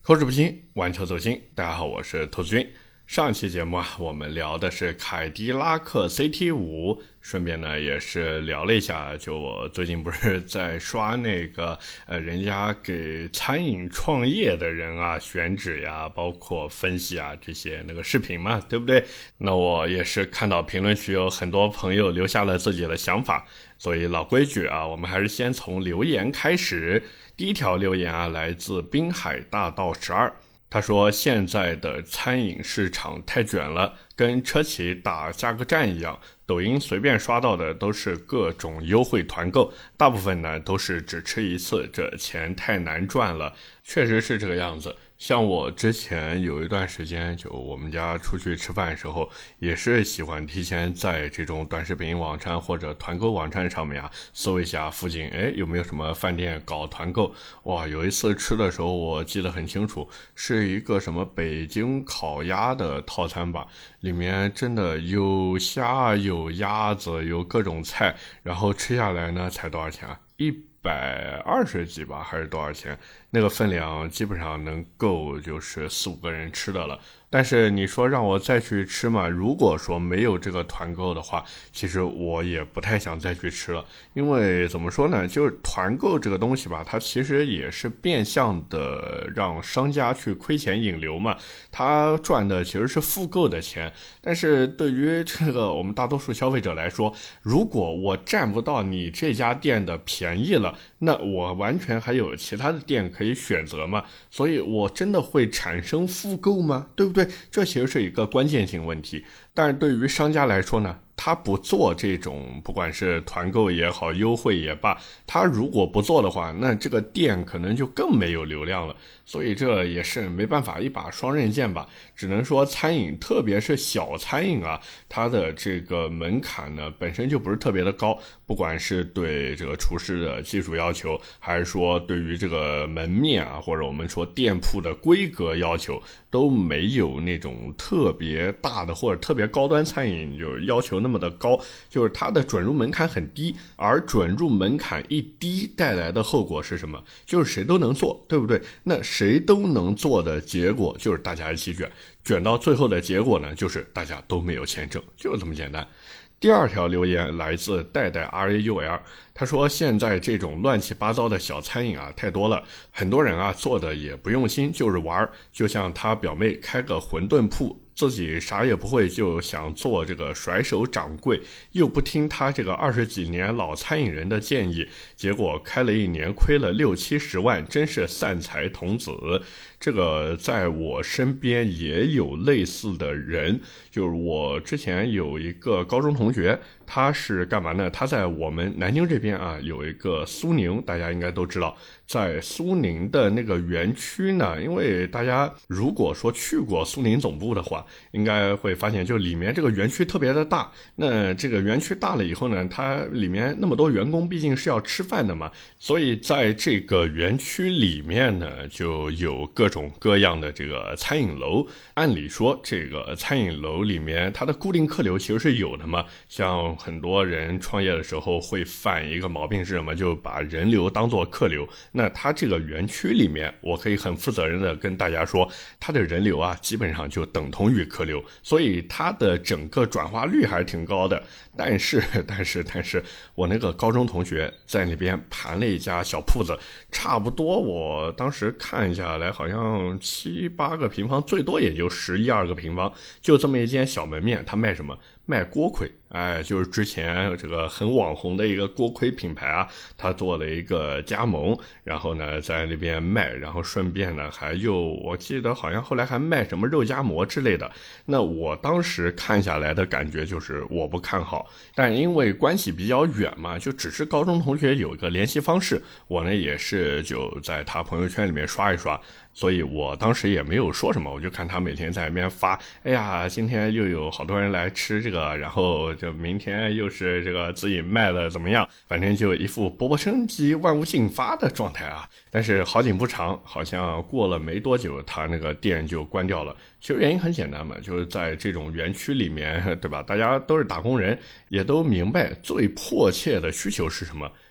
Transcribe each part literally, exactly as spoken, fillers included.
口齿不清，玩球走心。大家好，我是投资君。上期节目啊，我们聊的是凯迪拉克 C T 五，顺便呢也是聊了一下，就我最近不是在刷那个呃人家给餐饮创业的人啊选址呀，包括分析啊这些那个视频嘛，对不对？那我也是看到评论区有很多朋友留下了自己的想法，所以老规矩啊，我们还是先从留言开始。第一条留言啊，来自滨海大道十二。他说现在的餐饮市场太卷了，跟车企打价格战一样，抖音随便刷到的都是各种优惠团购，大部分呢都是只吃一次，这钱太难赚了。确实是这个样子。像我之前有一段时间，就我们家出去吃饭的时候，也是喜欢提前在这种短视频网站或者团购网站上面啊，搜一下附近，哎，有没有什么饭店搞团购。哇，有一次吃的时候我记得很清楚，是一个什么北京烤鸭的套餐吧，里面真的有虾有鸭子有各种菜，然后吃下来呢才多少钱啊？一百二十几吧，还是多少钱？那个分量基本上能够就是四五个人吃的了。但是你说让我再去吃嘛，如果说没有这个团购的话，其实我也不太想再去吃了。因为怎么说呢，就是团购这个东西吧，它其实也是变相的让商家去亏钱引流嘛，他赚的其实是复购的钱。但是对于这个我们大多数消费者来说，如果我占不到你这家店的便宜了，那我完全还有其他的店可以选择嘛，所以我真的会产生复购吗？对不对？这其实是一个关键性问题。但是对于商家来说呢，他不做这种不管是团购也好优惠也罢，他如果不做的话，那这个店可能就更没有流量了。所以这也是没办法，一把双刃剑吧。只能说餐饮特别是小餐饮啊，它的这个门槛呢本身就不是特别的高，不管是对这个厨师的技术要求，还是说对于这个门面啊，或者我们说店铺的规格要求，都没有那种特别大的或者特别高端餐饮就是要求那么的高，就是它的准入门槛很低。而准入门槛一低带来的后果是什么？就是谁都能做，对不对？那谁都能做的结果就是大家一起卷，卷到最后的结果呢，就是大家都没有钱挣，就这么简单。第二条留言来自代代 R A U L， 他说现在这种乱七八糟的小餐饮啊太多了，很多人啊做的也不用心，就是玩，就像他表妹开个馄饨铺，自己啥也不会就想做这个甩手掌柜，又不听他这个二十几年老餐饮人的建议，结果开了一年亏了六七十万，真是散财童子。这个在我身边也有类似的人，就是我之前有一个高中同学，他是干嘛呢？他在我们南京这边啊有一个苏宁，大家应该都知道，在苏宁的那个园区呢，因为大家如果说去过苏宁总部的话，应该会发现就里面这个园区特别的大。那这个园区大了以后呢，它里面那么多员工毕竟是要吃饭的嘛，所以在这个园区里面呢就有各种各样的这个餐饮楼。按理说这个餐饮楼里面它的固定客流其实是有的嘛，像很多人创业的时候会犯一个毛病是什么？就把人流当作客流。那它这个园区里面，我可以很负责任的跟大家说，它的人流啊基本上就等同于客流，所以它的整个转化率还是挺高的。但是但是但是我那个高中同学在那边盘了一家小铺子，差不多我当时看下来好像七八个平方，最多也就十一二个平方，就这么一间小门面。他卖什么？卖锅盔。哎，就是之前这个很网红的一个锅盔品牌啊，他做了一个加盟，然后呢在那边卖，然后顺便呢还又我记得好像后来还卖什么肉夹馍之类的。那我当时看下来的感觉就是我不看好，但因为关系比较远嘛，就只是高中同学有一个联系方式，我呢也是就在他朋友圈里面刷一刷，所以我当时也没有说什么，我就看他每天在那边发，哎呀今天又有好多人来吃这个，然后就明天又是这个自己卖的怎么样，反正就一副勃勃生机万物进发的状态啊。但是好景不长，好像过了没多久他那个店就关掉了。其实原因很简单嘛，就是在这种园区里面，对吧，大家都是打工人，也都明白最迫切的需求是什么，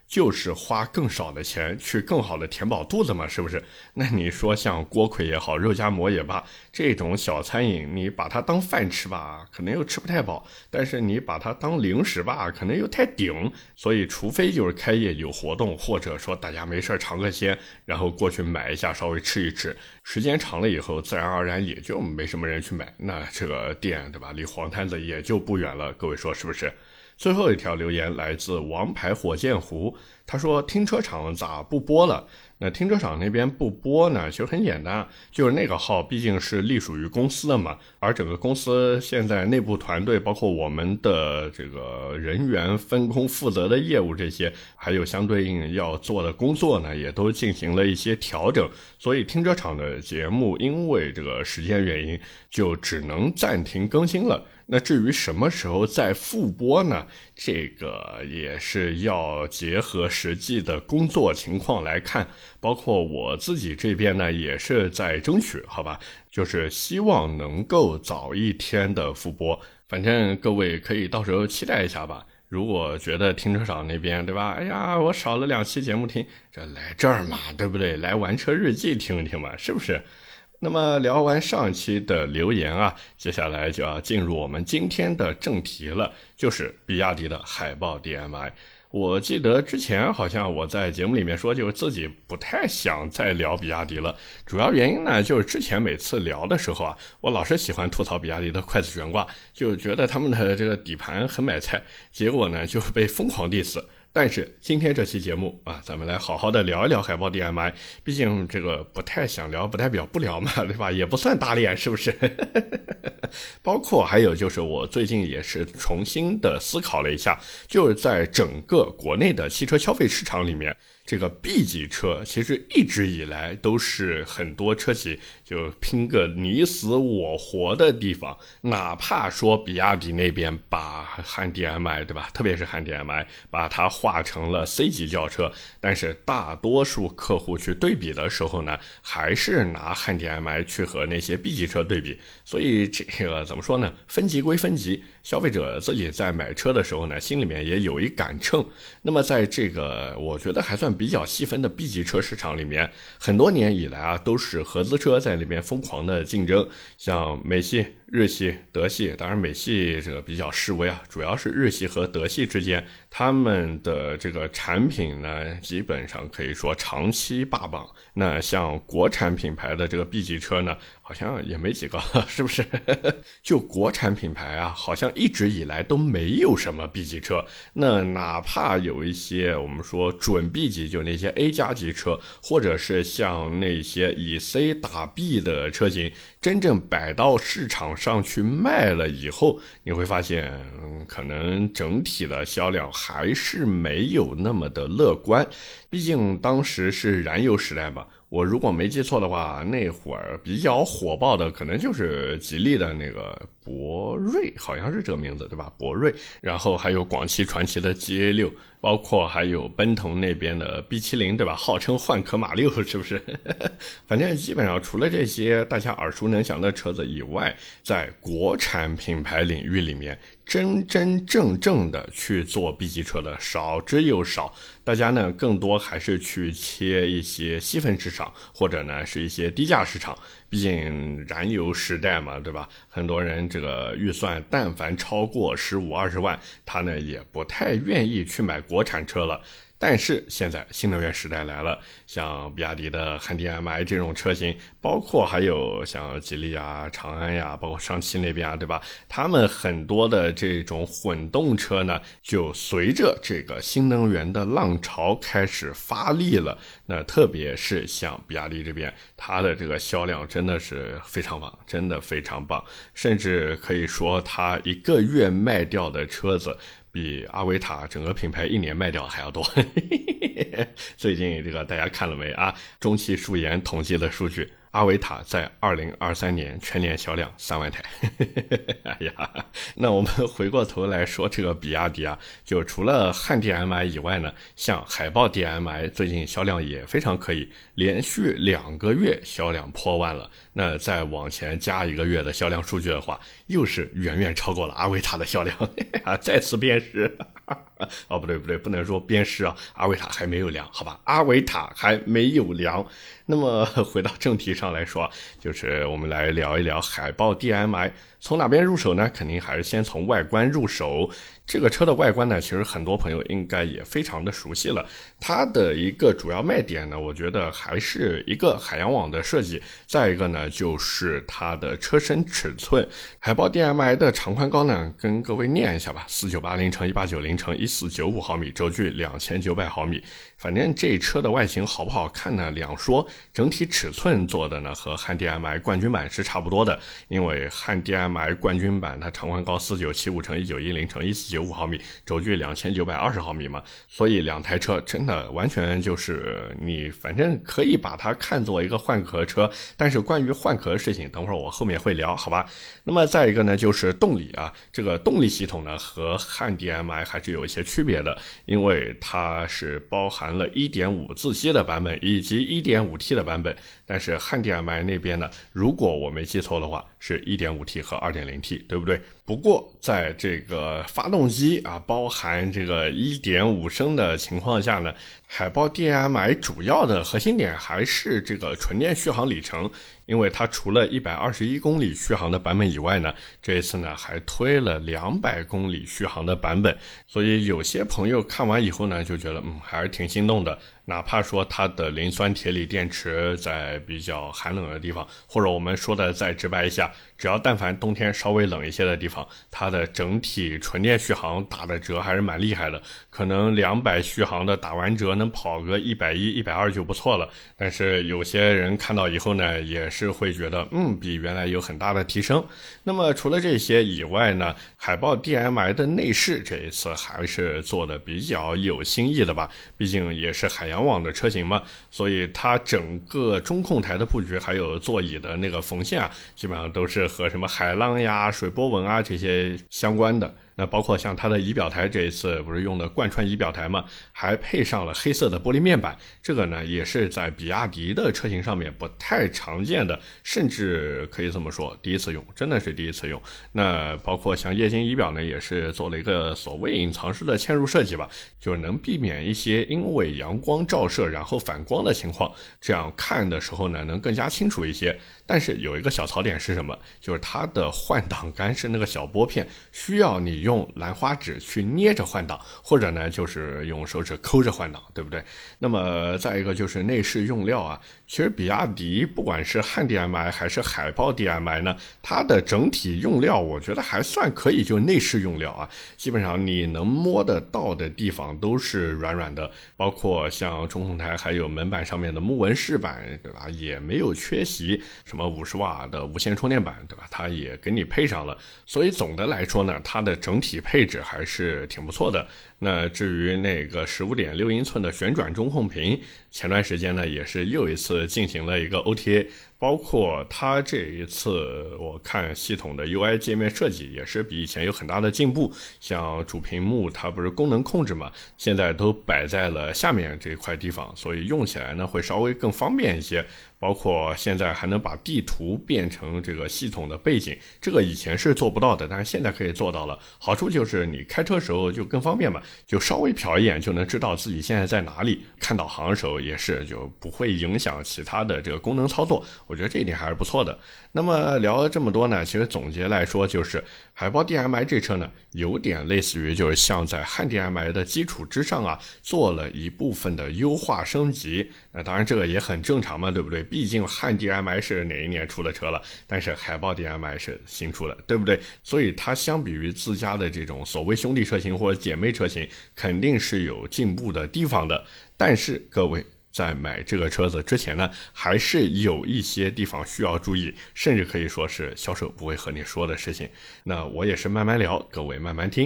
就是花更少的钱去更好的填饱肚子嘛，是不是？那你说像锅盔也好，肉夹馍也罢，这种小餐饮你把它当饭吃吧，可能又吃不太饱，但是你把它当零食吧，可能又太顶。所以除非就是开业有活动，或者说大家没事尝个鲜，然后过去买一下稍微吃一吃，时间长了以后自然而然也就没什么人去买，那这个店对吧，离黄摊子也就不远了，各位说是不是？最后一条留言来自王牌火箭狐，他说停车场咋不播了？那停车场那边不播呢，其实很简单，就是那个号毕竟是隶属于公司的嘛，而整个公司现在内部团队包括我们的这个人员分工负责的业务这些，还有相对应要做的工作呢，也都进行了一些调整，所以停车场的节目因为这个时间原因就只能暂停更新了。那至于什么时候再复播呢？这个也是要结合实际的工作情况来看，包括我自己这边呢也是在争取，好吧，就是希望能够早一天的复播，反正各位可以到时候期待一下吧。如果觉得停车场那边对吧，哎呀我少了两期节目听，这来这儿嘛，对不对？来玩车日记听一听嘛，是不是？那么聊完上期的留言啊，接下来就要进入我们今天的正题了，就是比亚迪的海豹 D M I。 我记得之前好像我在节目里面说，就是自己不太想再聊比亚迪了，主要原因呢就是之前每次聊的时候啊，我老是喜欢吐槽比亚迪的快子悬挂，就觉得他们的这个底盘很买菜，结果呢就被疯狂 diss。但是今天这期节目啊，咱们来好好的聊一聊海豹 D M I， 毕竟这个不太想聊不代表不聊嘛，对吧？也不算打脸，是不是？包括还有就是我最近也是重新的思考了一下，就是在整个国内的汽车消费市场里面，这个 B 级车其实一直以来都是很多车企就拼个你死我活的地方，哪怕说比亚迪那边把汉 D M I 对吧，特别是汉 D M I 把它划成了 C 级轿车，但是大多数客户去对比的时候呢，还是拿汉 D M I 去和那些 B 级车对比，所以这个怎么说呢，分级归分级，消费者自己在买车的时候呢，心里面也有一杆秤。那么在这个我觉得还算比较细分的 B 级车市场里面，很多年以来啊，都是合资车在那边疯狂的竞争，像美系、日系、德系，当然美系这个比较示威啊，主要是日系和德系之间，他们的这个产品呢，基本上可以说长期霸榜。那像国产品牌的这个 B 级车呢，好像也没几个，是不是？就国产品牌啊，好像一直以来都没有什么 B 级车。那哪怕有一些我们说准 B 级，就那些 A 加级车，或者是像那些以 C 打 B 的车型，真正摆到市场上去卖了以后，你会发现、嗯、可能整体的销量还是没有那么的乐观。毕竟当时是燃油时代嘛，我如果没记错的话，那会儿比较火爆的可能就是吉利的那个博瑞，好像是这个名字对吧？博瑞，然后还有广汽传祺的 G A 六，包括还有奔腾那边的 B 七十 对吧？号称换壳马六，是不是？反正基本上除了这些大家耳熟能详的车子以外，在国产品牌领域里面，真真正正的去做 B 级车的少之又少，大家呢更多还是去切一些细分市场，或者呢是一些低价市场，毕竟燃油时代嘛，对吧？很多人这个预算但凡超过十五二十万，他呢也不太愿意去买国产车了。但是现在新能源时代来了，像比亚迪的汉 D M I 这种车型，包括还有像吉利啊、长安呀，包括上汽那边啊，对吧？他们很多的这种混动车呢，就随着这个新能源的浪潮开始发力了。那特别是像比亚迪这边，它的这个销量真的是非常棒，真的非常棒，甚至可以说它一个月卖掉的车子比阿维塔整个品牌一年卖掉还要多。最近这个大家看了没啊？中汽数研统计的数据， 阿维塔在二零二三年全年销量三万台。哎呀，那我们回过头来说这个比亚迪啊，就除了汉 D M I 以外呢，像海豹 D M I 最近销量也非常可以，连续两个月销量破万了。那再往前加一个月的销量数据的话，又是远远超过了阿维塔的销量。再次鞭尸。哦，不对不对，不能说鞭尸啊，阿维塔还没有凉，好吧，阿维塔还没有凉。那么回到正题上来说，就是我们来聊一聊海豹 D M I。 从哪边入手呢？肯定还是先从外观入手。这个车的外观呢，其实很多朋友应该也非常的熟悉了。它的一个主要卖点呢，我觉得还是一个海洋网的设计，再一个呢就是它的车身尺寸。海豹 D M I 的长宽高呢，跟各位念一下吧，四九八零乘一八九零乘一四九五毫米，轴距两千九百毫米。反正这车的外形好不好看呢，两说。整体尺寸做的呢和汉 D M I 冠军版是差不多的，因为汉 D M I 冠军版它长宽高四九七五乘一九一零乘一四九五毫米，轴距两千九百二十毫米嘛，所以两台车真的完全就是你反正可以把它看作一个换壳车。但是关于换壳的事情，等会儿我后面会聊，好吧？那么再一个呢，就是动力啊，这个动力系统呢和汉 D M I 还是有一些区别的，因为它是包含了 一点五 自吸的版本以及 一点五 T 的版本，但是汉 D M I 那边呢，如果我没记错的话，是 一点五 T 和 二点零 T， 对不对？不过在这个发动机啊包含这个 一点五 升的情况下呢，海豹 D M I 主要的核心点还是这个纯电续航里程。因为它除了一百二十一公里续航的版本以外呢，这一次呢还推了两百公里续航的版本，所以有些朋友看完以后呢就觉得嗯还是挺心动的。哪怕说它的磷酸铁锂电池在比较寒冷的地方，或者我们说的再直白一下，只要但凡冬天稍微冷一些的地方，它的整体纯电续航打的折还是蛮厉害的，可能两百续航的打完折能跑个一百一、一百二就不错了。但是有些人看到以后呢，也是会觉得嗯比原来有很大的提升。那么除了这些以外呢，海豹 D M I 的内饰这一次还是做的比较有新意的吧，毕竟也是海洋网的车型嘛，所以它整个中控台的布局还有座椅的那个缝线啊，基本上都是和什么海浪呀、水波纹啊这些相关的。那包括像它的仪表台，这一次不是用的贯穿仪表台吗？还配上了黑色的玻璃面板，这个呢也是在比亚迪的车型上面不太常见的，甚至可以这么说第一次用，真的是第一次用。那包括像液晶仪表呢，也是做了一个所谓隐藏式的嵌入设计吧，就是能避免一些因为阳光照射然后反光的情况，这样看的时候呢能更加清楚一些。但是有一个小槽点是什么？就是它的换挡杆是那个小拨片，需要你用兰花指去捏着换挡，或者呢就是用手指抠着换挡，对不对？那么再一个就是内饰用料啊，其实比亚迪不管是汉 D M I 还是海豹 D M I 呢，它的整体用料我觉得还算可以，就内饰用料啊，基本上你能摸得到的地方都是软软的，包括像中控台还有门板上面的木纹饰板，对吧？也没有缺席，什么五十瓦的无线充电板，对吧？它也给你配上了，所以总的来说呢，它的整体配置还是挺不错的。那至于那个 十五点六英寸的旋转中控屏，前段时间呢也是又一次进行了一个 O T A， 包括它这一次我看系统的 U I 界面设计也是比以前有很大的进步，像主屏幕它不是功能控制嘛，现在都摆在了下面这一块地方，所以用起来呢会稍微更方便一些。包括现在还能把地图变成这个系统的背景，这个以前是做不到的，但是现在可以做到了。好处就是你开车时候就更方便嘛，就稍微瞟一眼就能知道自己现在在哪里，看导航的时候也是就不会影响其他的这个功能操作，我觉得这一点还是不错的。那么聊了这么多呢，其实总结来说就是海豹 D M I 这车呢有点类似于就是像在汉 D M I 的基础之上啊做了一部分的优化升级，那当然这个也很正常嘛，对不对？毕竟汉 D M I 是哪一年出的车了，但是海豹 D M I 是新出的，对不对？所以它相比于自家的这种所谓兄弟车型或者姐妹车型肯定是有进步的地方的。但是各位在买这个车子之前呢，还是有一些地方需要注意，甚至可以说是销售不会和你说的事情。那我也是慢慢聊，各位慢慢听。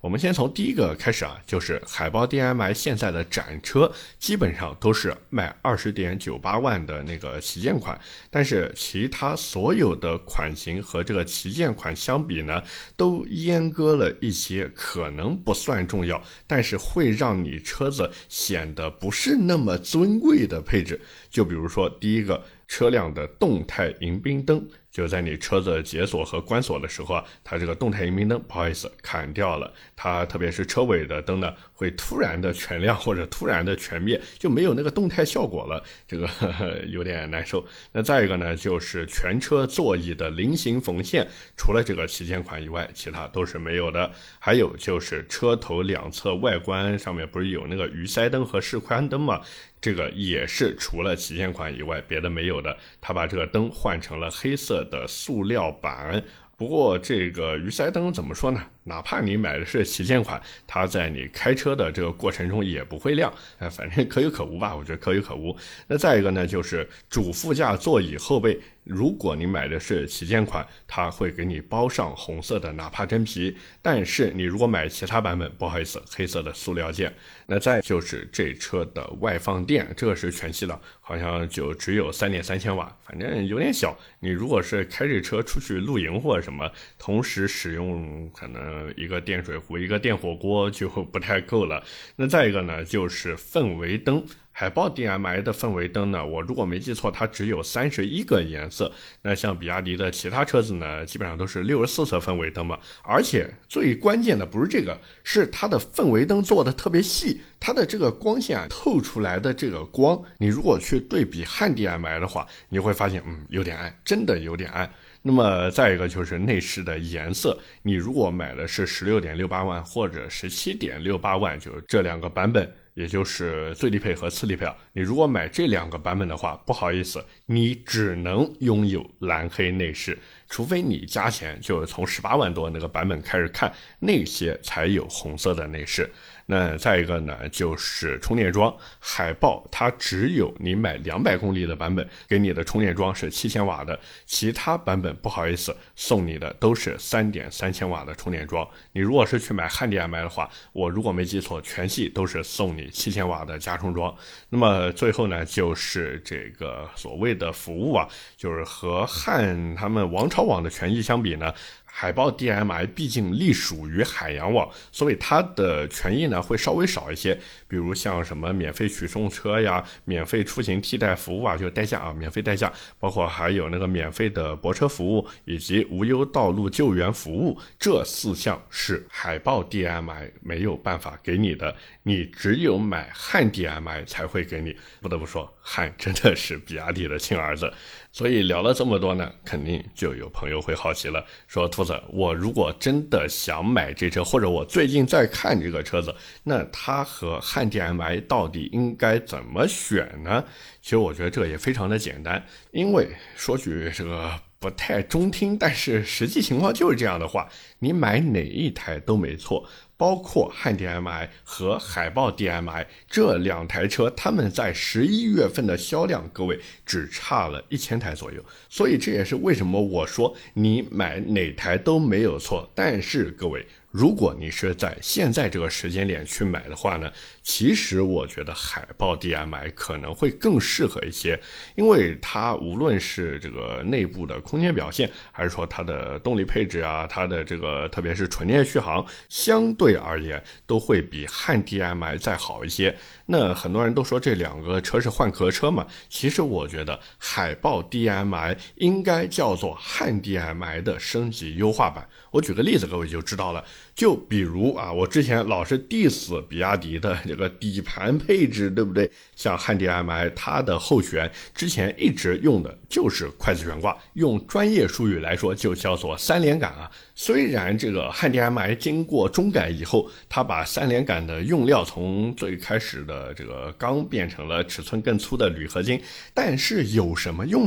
我们先从第一个开始啊，就是海豹 D M I 现在的展车基本上都是卖 二十点九八万的那个旗舰款，但是其他所有的款型和这个旗舰款相比呢，都阉割了一些可能不算重要，但是会让你车子显得不是那么尊贵的配置。就比如说第一个，车辆的动态迎宾灯，就在你车子解锁和关锁的时候啊，它这个动态迎宾灯不好意思砍掉了，它特别是车尾的灯呢会突然的全亮或者突然的全灭，就没有那个动态效果了，这个呵呵有点难受。那再一个呢，就是全车座椅的菱形缝线，除了这个旗舰款以外其他都是没有的。还有就是车头两侧外观上面不是有那个鱼鳃灯和示宽灯吗？这个也是除了旗舰款以外别的没有的，他把这个灯换成了黑色的塑料板。不过这个鱼鳃灯怎么说呢，哪怕你买的是旗舰款，它在你开车的这个过程中也不会亮，呃、反正可有可无吧，我觉得可有可无。那再一个呢，就是主副驾座椅后背，如果你买的是旗舰款，它会给你包上红色的纳帕真皮，但是你如果买其他版本，不好意思，黑色的塑料件。那再就是这车的外放电，这个是全系的，好像就只有 三点三千瓦，反正有点小，你如果是开着车出去露营或者什么，同时使用可能一个电水壶一个电火锅就不太够了。那再一个呢，就是氛围灯。海豹 D M I 的氛围灯呢，我如果没记错它只有三十一个颜色，那像比亚迪的其他车子呢基本上都是六十四色氛围灯嘛。而且最关键的不是这个，是它的氛围灯做的特别细，它的这个光线啊透出来的这个光，你如果去对比汉 D M I 的话，你会发现嗯有点暗，真的有点暗。那么再一个就是内饰的颜色，你如果买的是 十六点六八万或者 十七点六八万，就这两个版本，也就是最低配和次低配啊，你如果买这两个版本的话，不好意思，你只能拥有蓝黑内饰，除非你加钱，就是从十八万多那个版本开始看，那些才有红色的内饰。那再一个呢，就是充电桩，海豹它只有你买两百公里的版本给你的充电桩是七千瓦的，其他版本不好意思送你的都是 三点三千瓦的充电桩。你如果是去买汉 D M I 的话，我如果没记错全系都是送你七千瓦的加充桩。那么最后呢，就是这个所谓的服务啊，就是和汉他们王朝网的权益相比呢，海豹 D M I 毕竟隶属于海洋网，所以它的权益呢会稍微少一些，比如像什么免费取送车呀、免费出行替代服务啊，就代驾啊，免费代驾，包括还有那个免费的泊车服务以及无忧道路救援服务，这四项是海豹 D M I 没有办法给你的，你只有买汉 D M I 才会给你。不得不说，汉真的是比亚迪的亲儿子。所以聊了这么多呢，肯定就有朋友会好奇了，说兔子，我如果真的想买这车，或者我最近在看这个车子，那它和汉 D M I 到底应该怎么选呢？其实我觉得这也非常的简单，因为说句这个不太中听，但是实际情况就是这样的话，你买哪一台都没错。包括汉 D M I 和海豹 D M I 这两台车，他们在十一月份的销量，各位只差了一千台左右，所以这也是为什么我说你买哪台都没有错。但是各位，如果你是在现在这个时间点去买的话呢，其实我觉得海豹 D M I 可能会更适合一些，因为它无论是这个内部的空间表现，还是说它的动力配置啊，它的这个特别是纯电续航，相对而言都会比汉 D M I 再好一些。那很多人都说这两个车是换壳车嘛，其实我觉得海豹 D M I 应该叫做汉 D M I 的升级优化版。我举个例子各位就知道了，就比如啊，我之前老是 diss 比亚迪的这个底盘配置，对不对？像汉 D M I 它的后悬之前一直用的就是筷子悬挂，用专业术语来说就叫做三连杆啊。虽然这个汉 D M I 经过中改以后，它把三连杆的用料从最开始的这个钢变成了尺寸更粗的铝合金，但是有什么用呢？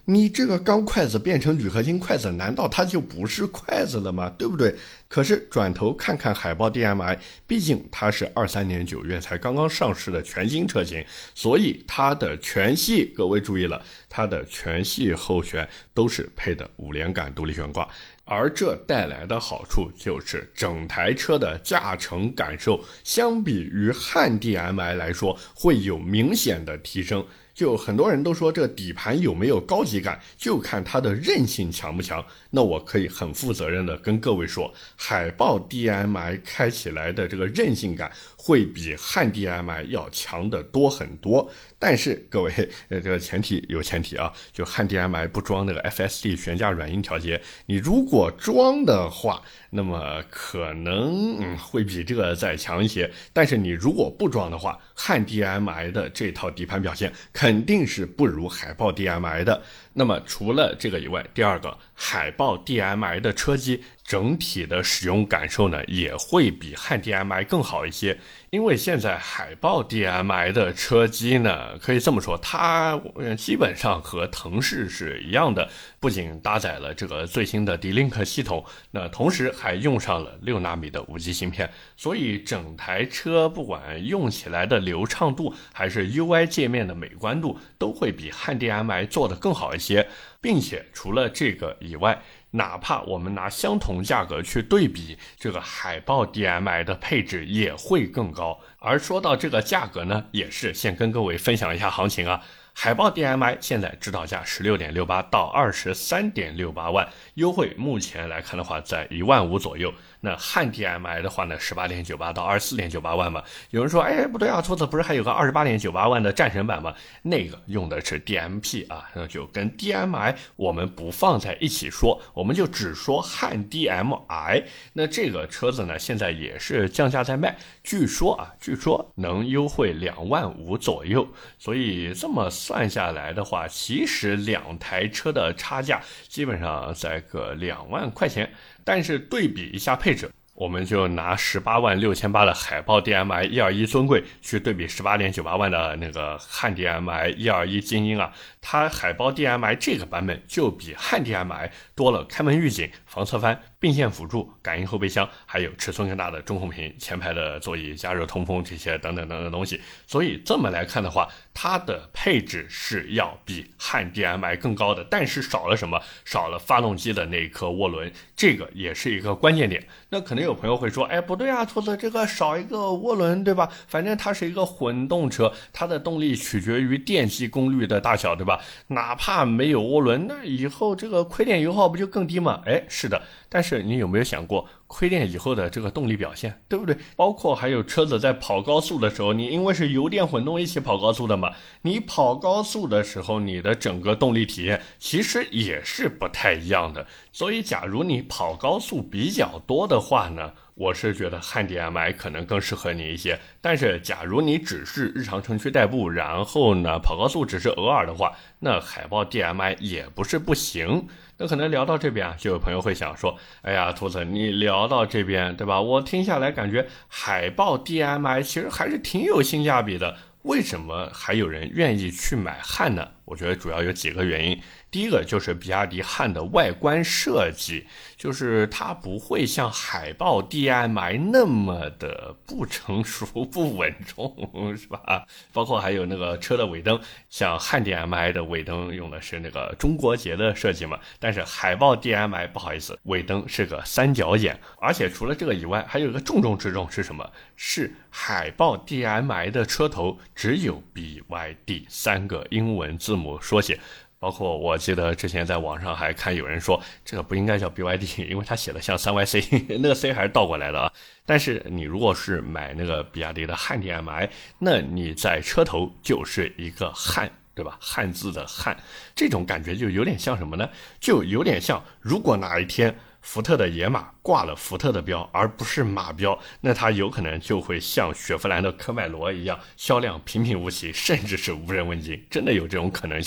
你这个钢筷子变成铝合金筷子，难道它就不是筷子了吗？对不对？可是转头看看海豹 D M I， 毕竟它是二三年九月才刚刚上市的全新车型，所以它的全系，各位注意了，它的全系后悬都是配的五连杆独立悬挂，而这带来的好处就是整台车的驾乘感受相比于汉 D M I 来说会有明显的提升。就很多人都说这底盘有没有高级感，就看它的韧性强不强。那我可以很负责任的跟各位说，海豹 D M I 开起来的这个韧性感会比汉 D M I 要强得多很多。但是各位，呃，这个前提有前提啊，就汉 D M I 不装那个 F S D 悬架软硬调节，你如果装的话，那么可能嗯会比这个再强一些。但是你如果不装的话，汉 D M I 的这套底盘表现肯定是不如海豹 D M I 的。那么除了这个以外，第二个，海豹 D M I 的车机整体的使用感受呢，也会比汉 D M I 更好一些。因为现在海豹 D M I 的车机呢，可以这么说，它基本上和腾势是一样的，不仅搭载了这个最新的 D-Link 系统，那同时还用上了六纳米的 五 G 芯片，所以整台车不管用起来的流畅度还是 U I 界面的美观度，都会比汉 D M I 做得更好一些。并且除了这个以外，哪怕我们拿相同价格去对比，这个海豹 D M I 的配置也会更高。而说到这个价格呢，也是先跟各位分享一下行情啊。海豹 D M I 现在指导价 十六点六八 到 二十三点六八万，优惠目前来看的话在一万五左右。那汉 D M I 的话呢 十八点九八 到 二十四点九八万嘛。有人说哎不对啊，兔子不是还有个 二十八点九八万的战神版吗？那个用的是 D M P 啊，那就跟 D M I 我们不放在一起说，我们就只说汉 D M I。 那这个车子呢现在也是降价在卖，据说啊据说能优惠两万五左右，所以这么算下来的话，其实两台车的差价基本上在个两万块钱。但是对比一下配置，我们就拿十八万六千八的海豹 D M I 一二一尊贵去对比十八点九八万的那个汉 D M I 一二一精英啊，它海豹 D M I 这个版本就比汉 D M I 多了开门预警、防侧翻、并线辅助、感应后备箱，还有尺寸更大的中控屏、前排的座椅加热通风这些等等等等东西。所以这么来看的话，它的配置是要比汉 D M I 更高的，但是少了什么？少了发动机的那一颗涡轮，这个也是一个关键点。那可能有朋友会说，哎，不对啊，兔子，这个少一个涡轮，对吧？反正它是一个混动车，它的动力取决于电机功率的大小，对吧？哪怕没有涡轮，那以后这个亏电油耗不就更低吗？哎，是的，但是你有没有想过亏电以后的这个动力表现，对不对？包括还有车子在跑高速的时候，你因为是油电混动一起跑高速的嘛，你跑高速的时候，你的整个动力体验其实也是不太一样的。所以假如你跑高速比较多的话呢，我是觉得汉 D M I 可能更适合你一些。但是假如你只是日常城区代步，然后呢跑高速只是偶尔的话，那海豹 D M I 也不是不行。那可能聊到这边啊，就有朋友会想说，哎呀，兔子，你聊到这边，对吧？我听下来感觉海豹 D M I 其实还是挺有性价比的，为什么还有人愿意去买汉呢？我觉得主要有几个原因。第一个就是比亚迪汉的外观设计，就是它不会像海豹 D M I 那么的不成熟不稳重，是吧？包括还有那个车的尾灯，像汉 D M I 的尾灯用的是那个中国结的设计嘛，但是海豹 D M I 不好意思，尾灯是个三角眼。而且除了这个以外，还有一个重中之重是什么？是海豹 D M I 的车头只有 B Y D 三个英文字母缩写。包括我记得之前在网上还看有人说这个不应该叫 B Y D， 因为他写的像 三 Y C， 那个 C 还是倒过来的啊。但是你如果是买那个比亚迪的汉 D M I， 那你在车头就是一个汉，对吧？汉字的汉，这种感觉就有点像什么呢？就有点像如果哪一天福特的野马挂了福特的标而不是马标，那它有可能就会像雪佛兰的科迈罗一样，销量平平无奇，甚至是无人问津，真的有这种可能性。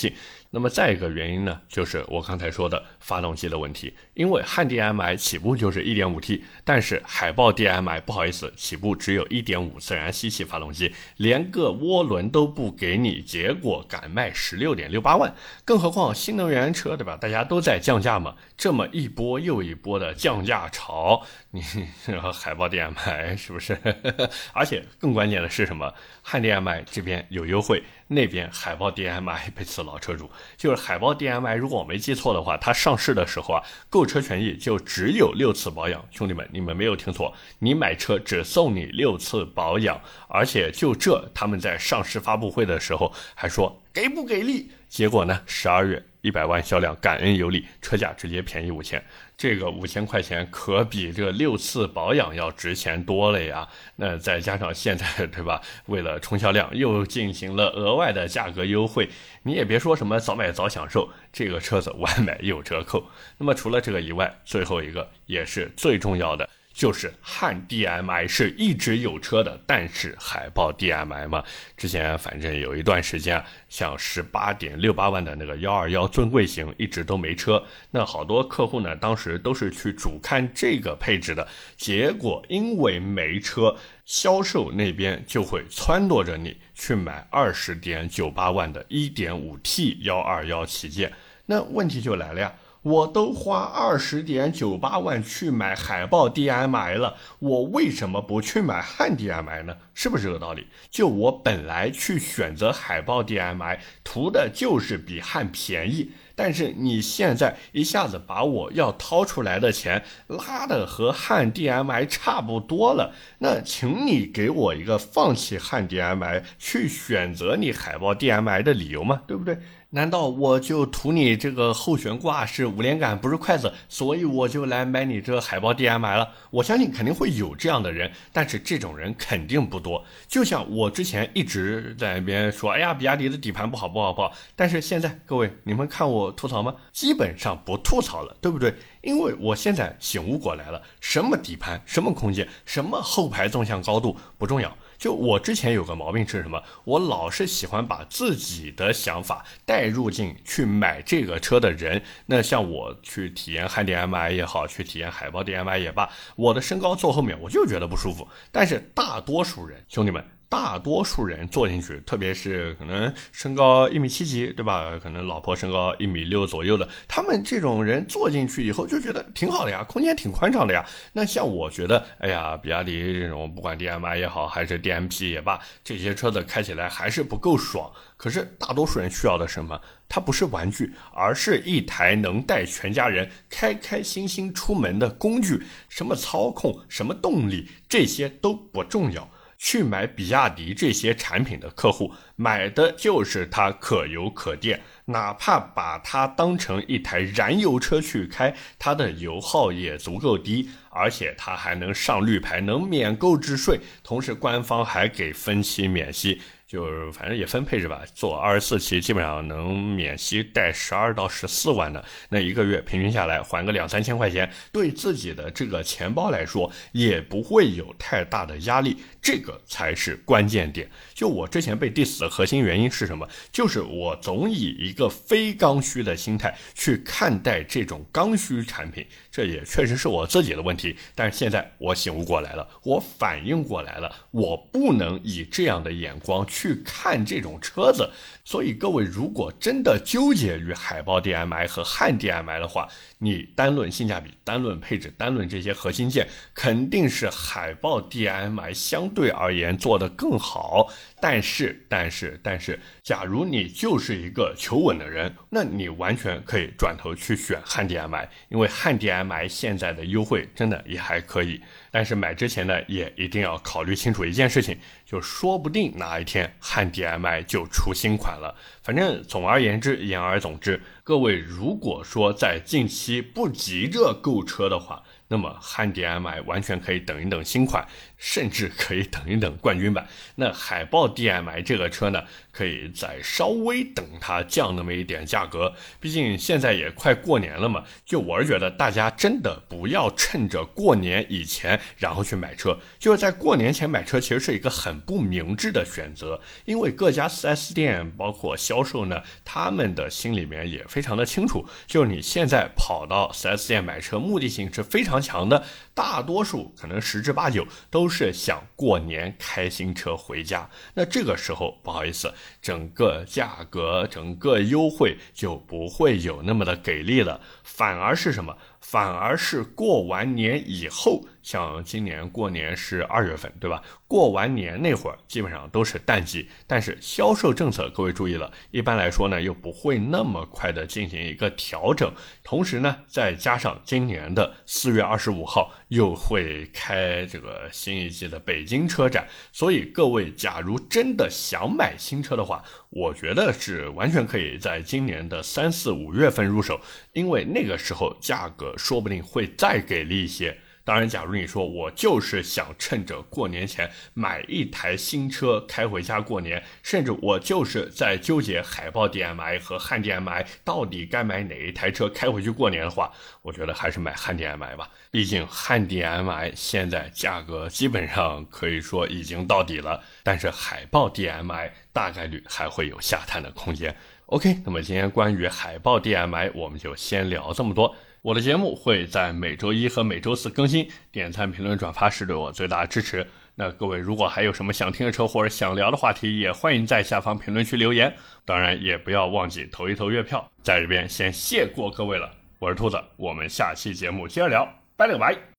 那么再一个原因呢，就是我刚才说的发动机的问题，因为汉 D M I 起步就是 一点五 T， 但是海豹 D M I 不好意思，起步只有 一点五 自然吸气发动机，连个涡轮都不给你，结果敢卖 十六点六八万，更何况新能源车对吧，大家都在降价嘛，这么一波又一波的降价潮，你海豹 D M I 是不是而且更关键的是什么，汉 D M I 这边有优惠，那边海豹 D M I 被刺老车主，就是海豹 D M I 如果我没记错的话，它上市的时候啊，购车权益就只有六次保养，兄弟们你们没有听错，你买车只送你六次保养，而且就这他们在上市发布会的时候还说给不给力，结果呢十二月一百万销量，感恩有礼，车价直接便宜五千，这个五千块钱可比这六次保养要值钱多了呀。那再加上现在对吧，为了冲销量又进行了额外的价格优惠，你也别说什么早买早享受，这个车子晚买有折扣。那么除了这个以外，最后一个也是最重要的，就是汉 D M I 是一直有车的，但是海豹 D M I 嘛，之前反正有一段时间像 十八点六八万的那个一二一尊贵型一直都没车，那好多客户呢当时都是去主看这个配置的，结果因为没车，销售那边就会撺掇着你去买 二十点九八万的 一点五 T 一二一旗舰，那问题就来了呀，我都花 二十点九八万去买海豹 D M I 了，我为什么不去买汉 D M I 呢？是不是这个道理？就我本来去选择海豹 D M I 图的就是比汉便宜，但是你现在一下子把我要掏出来的钱拉的和汉 D M I 差不多了，那请你给我一个放弃汉 D M I 去选择你海豹 D M I 的理由嘛，对不对？难道我就图你这个后悬挂是五连杆不是筷子，所以我就来买你这海豹 D M I 了？我相信肯定会有这样的人，但是这种人肯定不多。就像我之前一直在那边说，哎呀比亚迪的底盘不好不好不好，但是现在各位你们看我吐槽吗？基本上不吐槽了，对不对？因为我现在醒悟过来了，什么底盘什么空间什么后排纵向高度不重要，就我之前有个毛病是什么，我老是喜欢把自己的想法带入进去买这个车的人，那像我去体验汉 D M I 也好，去体验海豹 D M I 也罢，我的身高坐后面我就觉得不舒服，但是大多数人兄弟们大多数人坐进去，特别是可能身高一米七几，对吧？可能老婆身高一米六左右的，他们这种人坐进去以后就觉得挺好的呀，空间挺宽敞的呀。那像我觉得，哎呀，比亚迪这种不管 D M I 也好，还是 D M P 也罢，这些车子开起来还是不够爽。可是大多数人需要的什么？它不是玩具，而是一台能带全家人开开心心出门的工具。什么操控，什么动力，这些都不重要。去买比亚迪这些产品的客户，买的就是它可油可电，哪怕把它当成一台燃油车去开，它的油耗也足够低，而且它还能上绿牌，能免购置税，同时官方还给分期免息，就是反正也分配置吧，做二十四期基本上能免息贷十二到十四万的，那一个月平均下来还个两三千块钱，对自己的这个钱包来说也不会有太大的压力，这个才是关键点。就我之前被 diss 的核心原因是什么？就是我总以一个非刚需的心态去看待这种刚需产品，这也确实是我自己的问题，但是现在我醒悟过来了，我反应过来了，我不能以这样的眼光去看这种车子。所以各位如果真的纠结于海豹 D M I 和汉 D M I 的话，你单论性价比，单论配置，单论这些核心件，肯定是海豹 D M I 相对而言做得更好。但是但是但是假如你就是一个求稳的人，那你完全可以转头去选汉 D M I， 因为汉 D M I 现在的优惠真的也还可以。但是买之前呢，也一定要考虑清楚一件事情，就说不定哪一天汉 D M I 就出新款了。反正总而言之，言而总之，各各位如果说在近期不急着购车的话，那么汉 D M I 完全可以等一等新款，甚至可以等一等冠军版。那海豹 D M I 这个车呢，可以再稍微等它降那么一点价格，毕竟现在也快过年了嘛。就我是觉得大家真的不要趁着过年以前然后去买车，就是在过年前买车其实是一个很不明智的选择，因为各家 四 S 店包括销售呢，他们的心里面也非常的清楚，就是你现在跑到 四 S 店买车目的性是非常强的，大多数可能十之八九都是想过年开新车回家。那这个时候不好意思，整个价格整个优惠就不会有那么的给力了，反而是什么？反而是过完年以后，像今年过年是二月份，对吧？过完年那会儿基本上都是淡季，但是销售政策各位注意了，一般来说呢又不会那么快的进行一个调整。同时呢，再加上今年的四月二十五号又会开这个新一季的北京车展，所以各位假如真的想买新车的话，我觉得是完全可以在今年的三四五月份入手，因为那个时候价格说不定会再给力一些。当然假如你说我就是想趁着过年前买一台新车开回家过年，甚至我就是在纠结海豹 D M I 和汉 D M I 到底该买哪一台车开回去过年的话，我觉得还是买汉 D M I 吧，毕竟汉 D M I 现在价格基本上可以说已经到底了，但是海豹 D M I 大概率还会有下探的空间。 OK， 那么今天关于海豹 D M I 我们就先聊这么多。我的节目会在每周一和每周四更新，点赞评论转发是对我最大的支持。那各位如果还有什么想听的车或者想聊的话题，也欢迎在下方评论区留言，当然也不要忘记投一投月票。在这边先谢过各位了，我是兔子，我们下期节目接着聊，拜了个拜。